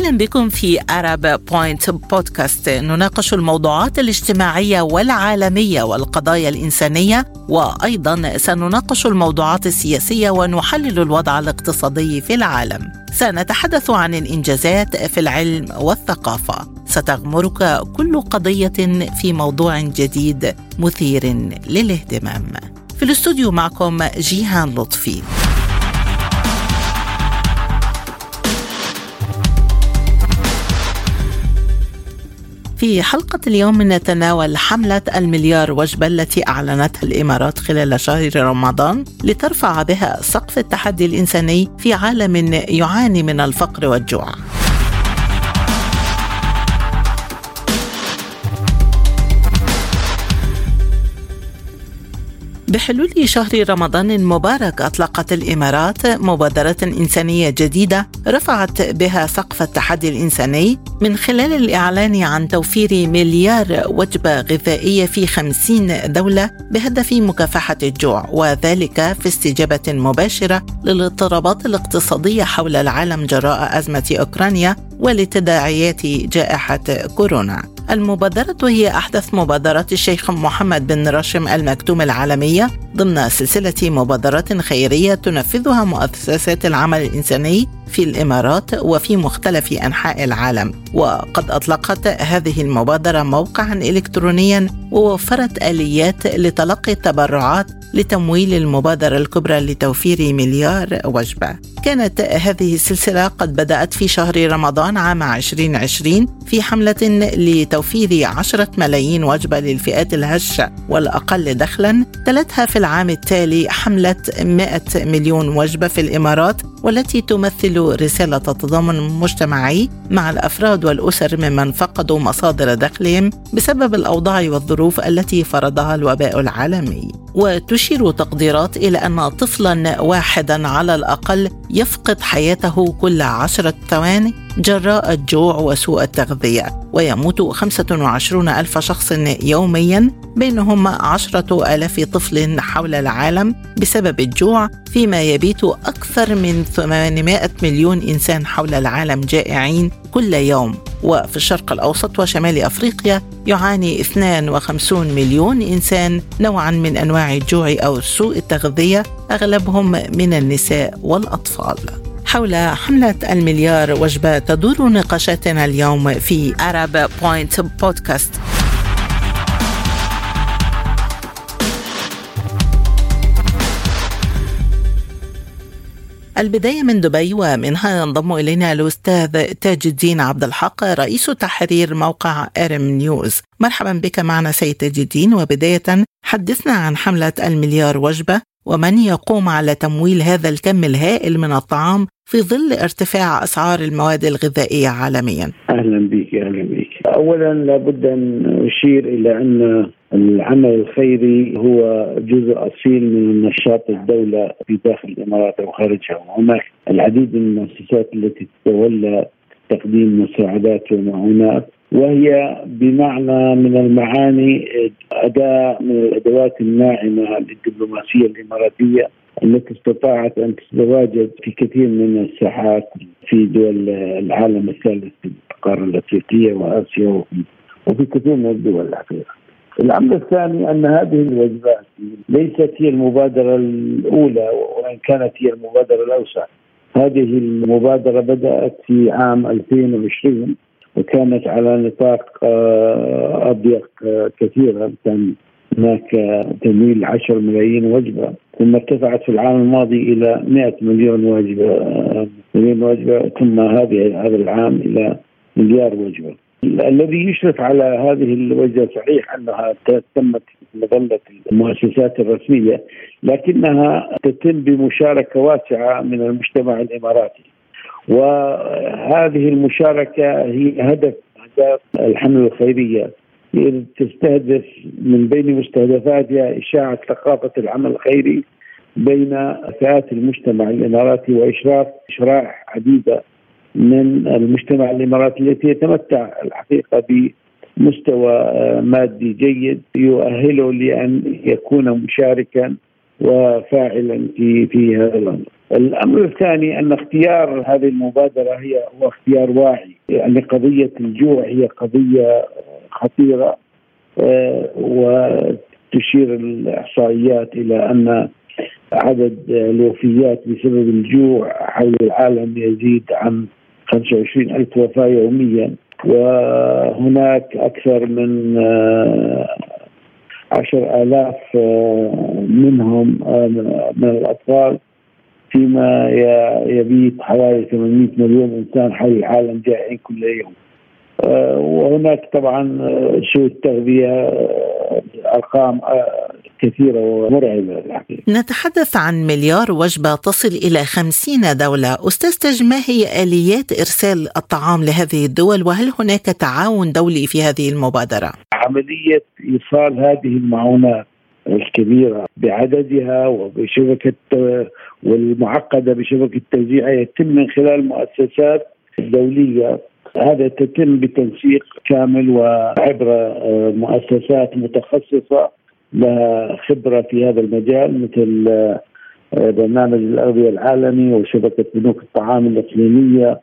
أهلا بكم في Arab Point بودكاست. نناقش الموضوعات الاجتماعية والعالمية والقضايا الإنسانية، وأيضا سنناقش الموضوعات السياسية ونحلل الوضع الاقتصادي في العالم. سنتحدث عن الإنجازات في العلم والثقافة. ستغمرك كل قضية في موضوع جديد مثير للاهتمام. في الاستوديو معكم جيهان لطفي. في حلقة اليوم نتناول حملة المليار وجبة التي أعلنتها الإمارات خلال شهر رمضان لترفع بها سقف التحدي الإنساني في عالم يعاني من الفقر والجوع. بحلول شهر رمضان المبارك أطلقت الإمارات مبادرة إنسانية جديدة رفعت بها سقف التحدي الإنساني من خلال الإعلان عن توفير مليار وجبة غذائية في 50 دولة بهدف مكافحة الجوع، وذلك في استجابة مباشرة للاضطرابات الاقتصادية حول العالم جراء أزمة أوكرانيا ولتداعيات جائحة كورونا. المبادرة هي أحدث مبادرات الشيخ محمد بن راشم المكتوم العالمية ضمن سلسلة مبادرات خيرية تنفذها مؤسسات العمل الإنساني في الإمارات وفي مختلف أنحاء العالم. وقد أطلقت هذه المبادرة موقعا إلكترونيا ووفرت آليات لتلقي التبرعات لتمويل المبادرة الكبرى لتوفير مليار وجبة. كانت هذه السلسلة قد بدأت في شهر رمضان عام 2020 في حملة لتوفير 10 ملايين وجبة للفئات الهشة والأقل دخلا. تلتها في العام التالي حملة 100 مليون وجبة في الإمارات، والتي تمثل رسالة تضامن مجتمعي مع الأفراد والأسر ممن فقدوا مصادر دخلهم بسبب الأوضاع والظروف التي فرضها الوباء العالمي. وتشير تقديرات إلى أن طفلا واحدا على الأقل يفقد حياته كل 10 ثواني جراء الجوع وسوء التغذية، ويموت 25 ألف شخص يوميا، بينهم 10,000 طفل حول العالم بسبب الجوع، فيما يبيت أكثر من 800 مليون إنسان حول العالم جائعين كل يوم. وفي الشرق الأوسط وشمال أفريقيا يعاني 52 مليون إنسان نوعا من أنواع الجوع أو سوء التغذية، أغلبهم من النساء والأطفال. حول حملة المليار وجبة تدور نقاشاتنا اليوم في Arab Point بودكاست. البداية من دبي، ومنها ينضم إلينا الأستاذ تاج الدين عبد الحق رئيس تحرير موقع آرم نيوز. مرحبا بك معنا سيد تاج الدين. وبداية حدثنا عن حملة المليار وجبة ومن يقوم على تمويل هذا الكم الهائل من الطعام في ظل ارتفاع أسعار المواد الغذائية عالميا. أهلا بك. أولا لابد أن أشير إلى أن العمل الخيري هو جزء أصيل من نشاط الدولة في داخل الإمارات وخارجها، وهناك العديد من المؤسسات التي تتولى تقديم مساعدات ومعونات، وهي بمعنى من المعاني أداة من الأدوات الناعمة للدبلوماسية الإماراتية التي استطاعت أن تتواجد في كثير من الساحات في دول العالم الثالث في القارة الأفريقية وآسيا وفي كثير من الدول الأخيرة. الأمر الثاني أن هذه الوجبات ليست هي المبادرة الأولى، وإن كانت هي المبادرة الأوسع. هذه المبادرة بدأت في عام 2020 وكانت على نطاق أضيق كثيرا. كان هناك تمويل 10 ملايين وجبة، ثم ارتفعت في العام الماضي إلى 100 مليون وجبة، ثم هذا العام إلى مليار وجبة. الذي يشرف على هذه الوجبة صحيح أنها تمت مظلة المؤسسات الرسمية، لكنها تتم بمشاركة واسعة من المجتمع الإماراتي، وهذه المشاركة هي هدف الحملة الخيرية. تستهدف من بين مستهدفاتها إشاعة ثقافة العمل الخيري بين فئات المجتمع الإماراتي وإشراح عديدة من المجتمع الإماراتي التي يتمتع الحقيقة بمستوى مادي جيد يؤهله لأن يكون مشاركا وفاعلا في هذا الأمر. الأمر الثاني أن اختيار هذه المبادرة هو اختيار واعي، يعني قضية الجوع هي قضية خطيرة، وتشير الإحصائيات إلى أن عدد الوفيات بسبب الجوع حول العالم يزيد عن 25,000 وفاة يوميا، وهناك أكثر من 10,000 منهم من الأطفال، فيما يبيت حوالي 800 مليون إنسان حول العالم جائعين كل يوم. وهناك طبعا سوء التغذية، أرقام كثيرة ومرعبة الحقيقة. نتحدث عن 1,000,000,000 وجبة تصل إلى 50 دولة. أستاذ تاج، ما هي آليات إرسال الطعام لهذه الدول، وهل هناك تعاون دولي في هذه المبادرة؟ عملية إيصال هذه المعونات الكبيرة بعددها وبشبكة والمعقدة بشبكة توزيعها يتم من خلال مؤسسات دولية. هذا تتم بتنسيق كامل وعبر مؤسسات متخصصة لها خبرة في هذا المجال، مثل برنامج الأغذية العالمي وشبكة بنوك الطعام الإقليمية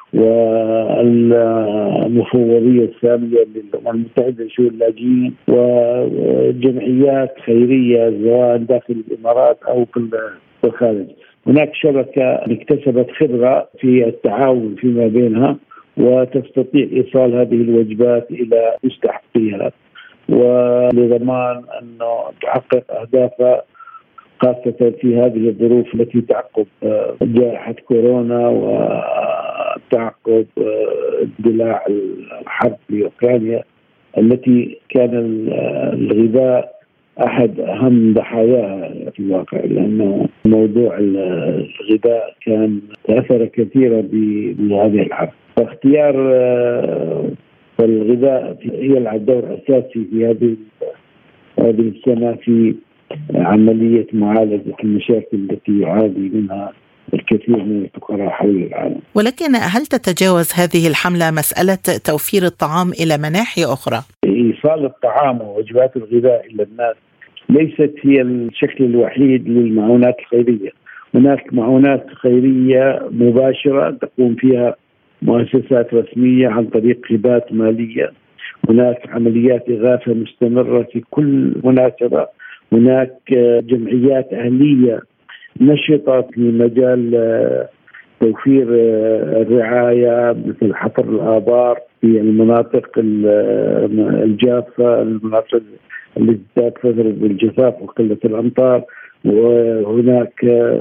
والمفوضية السامية للأمم المتحدة لشؤون اللاجئين، وجمعيات خيرية سواء داخل الإمارات أو في الخارج. هناك شبكة اكتسبت خبرة في التعاون فيما بينها وتستطيع إيصال هذه الوجبات إلى مستحقيها، ولضمان أنه تحقق أهدافها خاصة في هذه الظروف التي تعقب جائحة كورونا وتعقب اندلاع الحرب في أوكرانيا، التي كان الغذاء أحد أهم ضحاياها في الواقع، لأنه موضوع الغذاء كان تأثر كثيرا بهذه الحرب. فاختيار الغذاء يلعب دور أساسي في هذه السنة في عملية معالجة المشاكل التي يعاني منها الكثير من الفقراء حول العالم. ولكن هل تتجاوز هذه الحملة مسألة توفير الطعام إلى مناحي أخرى؟ إيصال الطعام ووجبات الغذاء إلى الناس ليست هي الشكل الوحيد للمعونات الخيرية. هناك معونات خيرية مباشرة تقوم فيها مؤسسات رسمية عن طريق هبات مالية. هناك عمليات إغاثة مستمرة في كل مناسبة. هناك جمعيات أهلية نشطة في مجال توفير الرعاية، مثل حفر الآبار في المناطق الجافة، المناطق التي تتأثر بالجفاف وقلة الأمطار. وهناك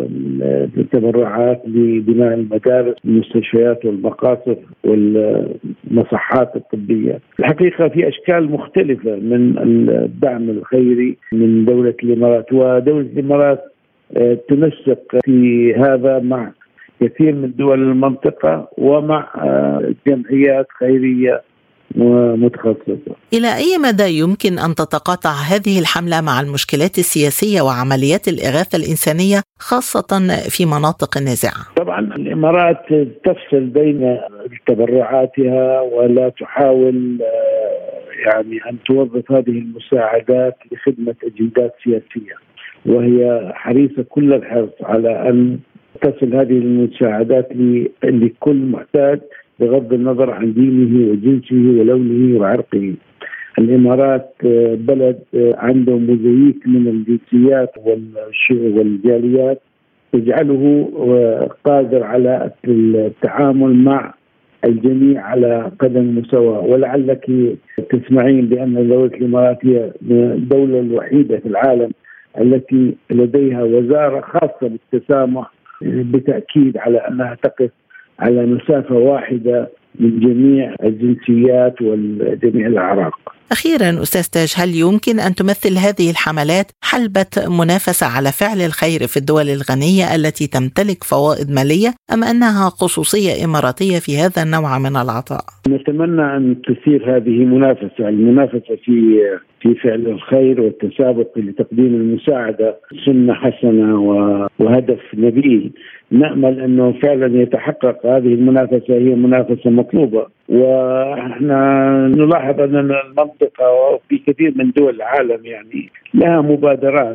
تبرعات لبناء المدارس والمستشفيات والمقاصف والمصحات الطبية. الحقيقة في أشكال مختلفة من الدعم الخيري من دولة الإمارات، ودولة الإمارات تنسق في هذا مع كثير من دول المنطقة ومع جمعيات خيرية متخصصة. إلى أي مدى يمكن أن تتقاطع هذه الحملة مع المشكلات السياسية وعمليات الإغاثة الإنسانية خاصة في مناطق النزاع؟ طبعا الإمارات تفصل بين تبرعاتها ولا تحاول يعني أن توظف هذه المساعدات لخدمة أجندات سياسية، وهي حريصة كل الحرص على أن تصل هذه المساعدات لكل محتاج بغض النظر عن دينه وجنسه ولونه وعرقه. الإمارات بلد عنده مزيج من الجنسيات والجاليات تجعله قادر على التعامل مع الجميع على قدم مساواة. ولعلك تسمعين بأن دولة الإمارات هي الدولة الوحيدة في العالم التي لديها وزارة خاصة بالتسامح، بتأكيد على أنها تقف على مسافة واحدة من جميع الجنسيات وجميع الأعراق. أخيرا أستاذ تاج، هل يمكن أن تمثل هذه الحملات حلبة منافسة على فعل الخير في الدول الغنية التي تمتلك فوائد مالية، أم أنها خصوصية إماراتية في هذا النوع من العطاء؟ نتمنى أن تثير هذه المنافسة في فعل الخير والتسابق لتقديم المساعدة سنة حسنة وهدف نبيل. نأمل أنه فعلا يتحقق. هذه المنافسة هي منافسة مطلوبة، وإحنا نلاحظ أن المنطقة وفي كثير من دول العالم يعني لها مبادرات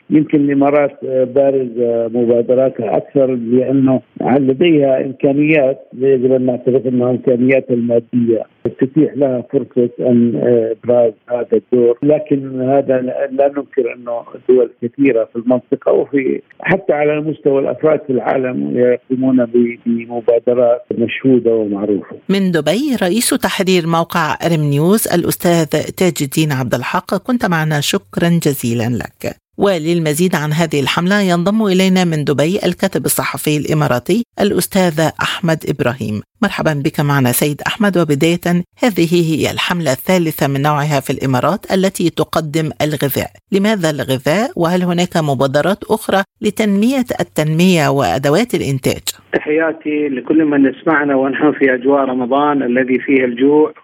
يمكن الإمارات بارز مبادراتها أكثر لأنه لديها إمكانيات، يجب أن نعترف أنها إمكانيات المادية تتيح لها فرصة أن إبراز هذا الدور. لكن هذا لا ننكر أنه دول كثيرة في المنطقة وفي حتى على مستوى الأفراد في العالم يقومون بمبادرات مشهودة ومعروفة. من دبي رئيس تحرير موقع أرم نيوز الأستاذ تاج الدين عبد الحق، كنت معنا، شكرا جزيلا لك. وللمزيد عن هذه الحملة ينضم إلينا من دبي الكاتب الصحفي الإماراتي الأستاذ أحمد إبراهيم. مرحبا بك معنا سيد أحمد. وبداية، هذه هي الحملة الثالثة من نوعها في الإمارات التي تقدم الغذاء. لماذا الغذاء؟ وهل هناك مبادرات أخرى لتنمية التنمية وأدوات الإنتاج؟ تحياتي لكل من يسمعنا ونحن في أجواء رمضان الذي فيه الجوع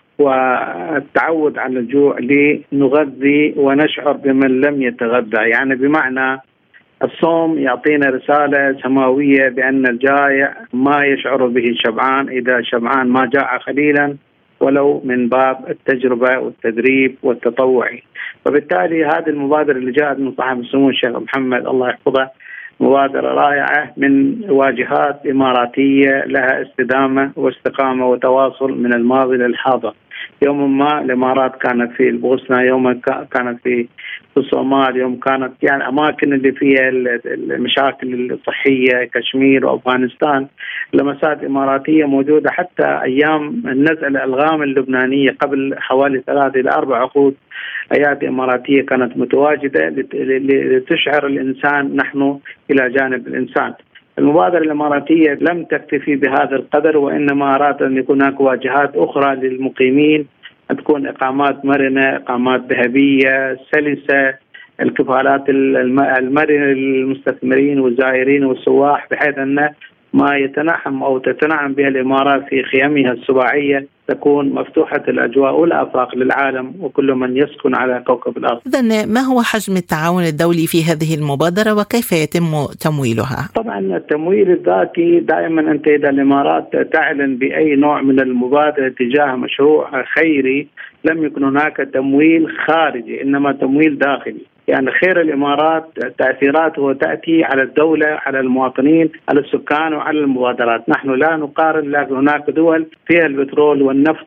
والتعود على الجوع لنغذي ونشعر بمن لم يتغذى، يعني بمعنى الصوم يعطينا رسالة سماوية بأن الجائع ما يشعر به الشبعان إذا شبعان ما جاع قليلا، ولو من باب التجربة والتدريب والتطوعي. وبالتالي هذه المبادرة اللي جاءت من صاحب السمو الشيخ محمد الله يحفظه مبادرة رائعة من واجهات إماراتية لها استدامة واستقامة وتواصل من الماضي للحاضر. يوم ما الإمارات كانت في البوسنة، يوم كانت في الصومال، يوم كانت يعني أماكن اللي فيها المشاكل الصحية كشمير وأفغانستان، لمسات إماراتية موجودة. حتى أيام النزع الألغام اللبنانية قبل حوالي 3 إلى 4 عقود آيات إماراتية كانت متواجدة لتشعر الإنسان نحن إلى جانب الإنسان. المبادرة الإماراتية لم تكتفي بهذا القدر، وإنما أراد أن يكون هناك واجهات أخرى للمقيمين، أن تكون إقامات مرنة، إقامات ذهبية سلسة، الكفالات المرنة للمستثمرين والزائرين والسواح، بحيث أن ما يتنعم أو تتنعم بها الإمارات في خيامها السباعية تكون مفتوحة الأجواء والآفاق للعالم وكل من يسكن على كوكب الأرض. إذن ما هو حجم التعاون الدولي في هذه المبادرة وكيف يتم تمويلها؟ طبعا التمويل الذاتي دائما أنت إذا الإمارات تعلن بأي نوع من المبادرة تجاه مشروع خيري لم يكن هناك تمويل خارجي، إنما تمويل داخلي. يعني خير الإمارات تأثيراته تأتي على الدولة، على المواطنين، على السكان وعلى المبادرات. نحن لا نقارن، لكن هناك دول فيها البترول والنفط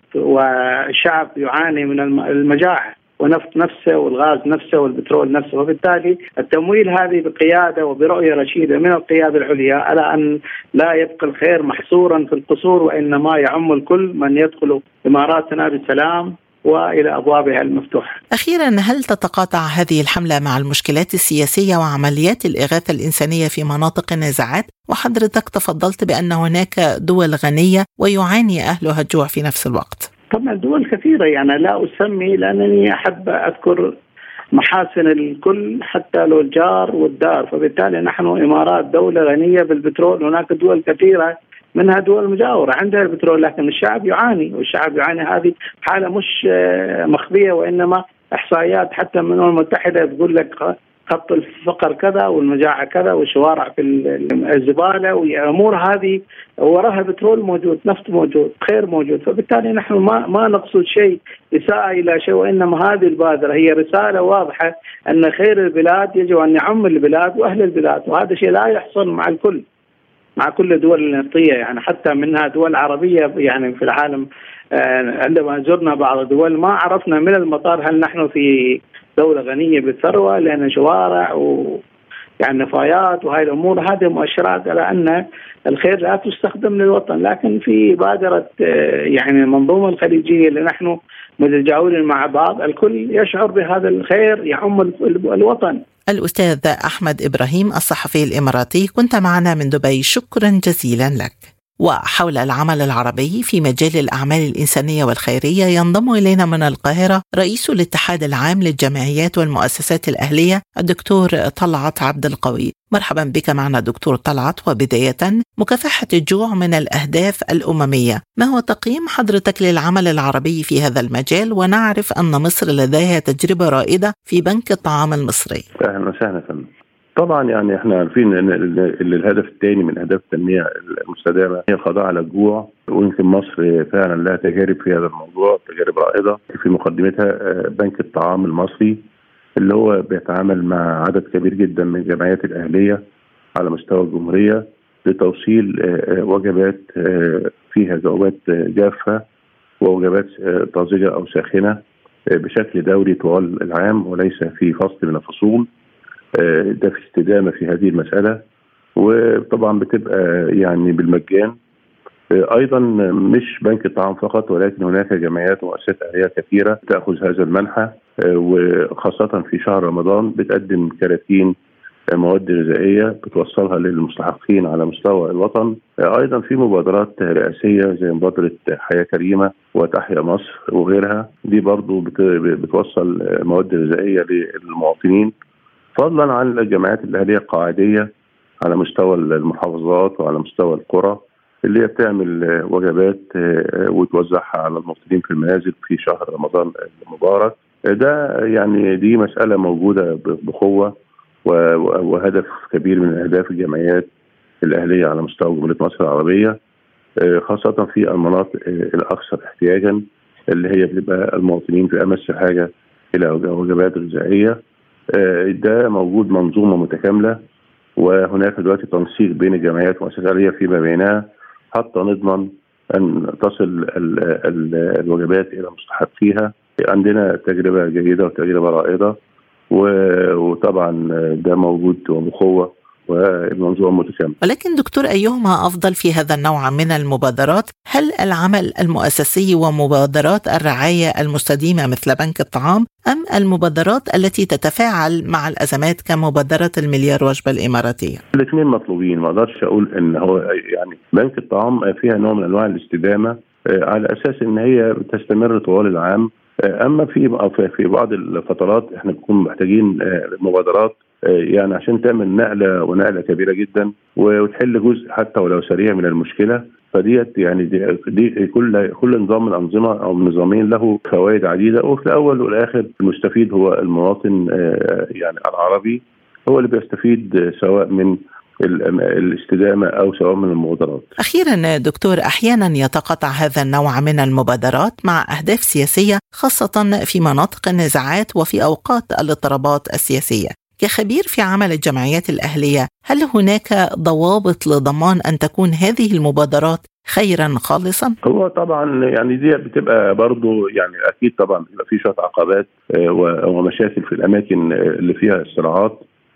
والشعب يعاني من المجاعة، ونفط نفسه والغاز نفسه والبترول نفسه. وبالتالي التمويل هذه بقيادة وبرؤية رشيدة من القيادة العليا على أن لا يبقى الخير محصورا في القصور، وإنما يعم الكل من يدخل إماراتنا بسلام وإلى أبوابها المفتوحة. أخيرا، هل تتقاطع هذه الحملة مع المشكلات السياسية وعمليات الإغاثة الإنسانية في مناطق النزاعات؟ وحضرتك تفضلت بأن هناك دول غنية ويعاني أهلها الجوع في نفس الوقت. طبعا دول كثيرة، يعني لا أسمي لأنني أحب أذكر محاسن الكل حتى لو الجار والدار. فبالتالي نحن إمارات دولة غنية بالبترول، هناك دول كثيرة منها دول مجاورة عندها البترول، لكن الشعب يعاني، والشعب يعاني. هذه حالة مش مخفية، وإنما إحصائيات حتى من الأمم المتحدة تقول لك خط الفقر كذا والمجاعة كذا والشوارع في الزبالة والأمور هذه وراها بترول موجود، نفط موجود، خير موجود. فبالتالي نحن ما نقصد شيء إساءة إلى شيء، وإنما هذه البادرة هي رسالة واضحة أن خير البلاد يجب أن يعم البلاد وأهل البلاد، وهذا شيء لا يحصل مع الكل، مع كل الدول النفطية، يعني حتى منها دول عربية يعني في العالم. عندما زرنا بعض الدول ما عرفنا من المطار هل نحن في دولة غنية بالثروة، لأن شوارع يعني نفايات وهاي الأمور. هذه مؤشرات على أن الخير لا تستخدم للوطن. لكن في بادرة يعني المنظومة الخليجية اللي نحن متجاورين مع بعض، الكل يشعر بهذا الخير يعم الوطن. الأستاذ أحمد إبراهيم الصحفي الإماراتي، كنت معنا من دبي، شكرا جزيلا لك. وحول العمل العربي في مجال الأعمال الإنسانية والخيرية ينضم إلينا من القاهرة رئيس الاتحاد العام للجمعيات والمؤسسات الأهلية الدكتور طلعت عبد القوي. مرحبا بك معنا دكتور طلعت. وبداية، مكافحة الجوع من الأهداف الأممية، ما هو تقييم حضرتك للعمل العربي في هذا المجال؟ ونعرف أن مصر لديها تجربة رائدة في بنك الطعام المصري. أهلا وسهلا فندم. طبعا يعني احنا عارفين ان الهدف الثاني من اهداف التنميه المستدامه هي القضاء على الجوع، ويمكن مصر فعلا لها تجارب في هذا الموضوع، تجارب رائده. في مقدمتها بنك الطعام المصري اللي هو بيتعامل مع عدد كبير جدا من الجمعيات الأهلية على مستوى الجمهورية لتوصيل وجبات فيها ذوبات جافة ووجبات طازجة أو ساخنة بشكل دوري طوال العام وليس في فصل من الفصول. ده في استدامة في هذه المسألة، وطبعا بتبقى يعني بالمجان. أيضا مش بنك الطعام فقط، ولكن هناك جمعيات ومؤسسات أهلية كثيرة تأخذ هذا المنحى، وخاصة في شهر رمضان بتقدم كراتين مواد غذائية بتوصلها للمستحقين على مستوى الوطن. أيضا في مبادرات رئاسية زي مبادرة حياة كريمة وتحيا مصر وغيرها، دي برضو بتوصل مواد غذائية للمواطنين، فضلا عن الجمعيات الأهلية القاعدية على مستوى المحافظات وعلى مستوى القرى اللي هي بتعمل وجبات وتوزعها على المواطنين في المنازل في شهر رمضان المبارك. ده يعني دي مسألة موجودة بقوة وهدف كبير من أهداف الجمعيات الأهلية على مستوى جمهورية مصر العربية، خاصة في المناطق الأكثر احتياجا اللي هي بتبقى المواطنين في أمس حاجة إلى وجبات غذائية. ده موجود منظومة متكاملة، وهناك دلوقتي تنسيق بين الجمعيات والمؤسسات الأهلية فيما بينها حتى نضمن أن تصل الوجبات إلى مستحقيها. عندنا تجربة جيدة وتجربة رائدة، وطبعا ده موجود وبقوة والمنظومة متكاملة. ولكن دكتور، أيهما أفضل في هذا النوع من المبادرات؟ هل العمل المؤسسي ومبادرات الرعاية المستديمة مثل بنك الطعام، أم المبادرات التي تتفاعل مع الأزمات كمبادرة المليار وجبة الإماراتية؟ الاثنين مطلوبين، ما أقدرش أقول إن هو يعني بنك الطعام فيها نوع من أنواع الاستدامة على أساس إن هي تستمر طوال العام. أما في بعض الفترات إحنا بنكون محتاجين مبادرات يعني عشان تعمل نقلة كبيرة جدا وتحل جزء حتى ولو سريع من المشكلة. فديت يعني دي كل نظام من الأنظمة أو نظامين له فوائد عديدة، وفي الأول والآخر المستفيد هو المواطن يعني العربي، هو اللي بيستفيد سواء من الاستدامة أو سواء من المبادرات. أخيرا دكتور، أحيانا يتقاطع هذا النوع من المبادرات مع أهداف سياسية، خاصة في مناطق النزاعات وفي أوقات الاضطرابات السياسية. كخبير في عمل الجمعيات الأهلية، هل هناك ضوابط لضمان أن تكون هذه المبادرات خيرا خالصا؟ هو طبعا يعني دي بتبقى برضو يعني أكيد طبعا بيبقى في شوية عقبات ومشاكل في الأماكن اللي فيها الصراعات،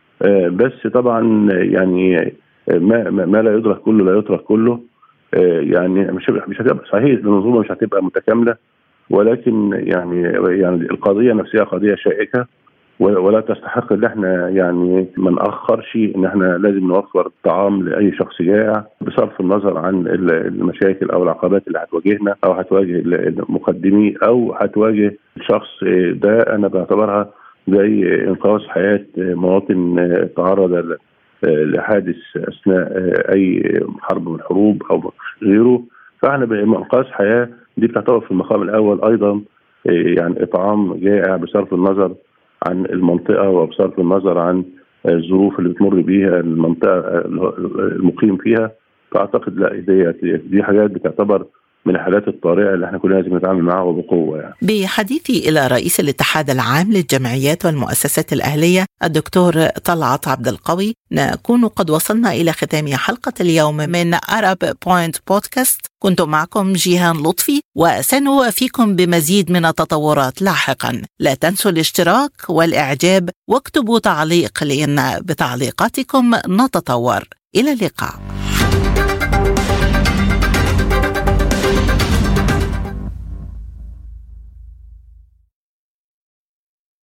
بس طبعا يعني ما لا يدرك كله لا يترك كله. يعني مش هتبقى صحيح، المنظومة مش هتبقى متكاملة، ولكن يعني القضية نفسها قضية شائكة ولا تستحق ان احنا يعني ما نأخرش ان احنا لازم نوفر طعام لاي شخص جائع بصرف النظر عن المشاكل او العقبات اللي هتواجهنا او هتواجه المقدمين او هتواجه الشخص ده. انا بعتبرها زي انقاذ حياة مواطن تعرض لحادث اثناء اي حرب من الحروب او غيره، فاحنا بانقاذ حياة دي بتعتبر في المقام الاول ايضا يعني اطعام جائع بصرف النظر عن المنطقة وبصرف النظر عن الظروف اللي بتمر بيها المنطقة المقيم فيها. فأعتقد لا دي حاجات بتعتبر من الحالات الطارئة اللي احنا كلنا لازم نتعامل معها وبقوة يعني. بحديثي إلى رئيس الاتحاد العام للجمعيات والمؤسسات الأهلية الدكتور طلعت عبد القوي، نكون قد وصلنا إلى ختام حلقة اليوم من Arab Point Podcast. كنت معكم جيهان لطفي، وسنوافيكم بمزيد من التطورات لاحقا. لا تنسوا الاشتراك والإعجاب، واكتبوا تعليق لأن بتعليقاتكم نتطور. إلى اللقاء.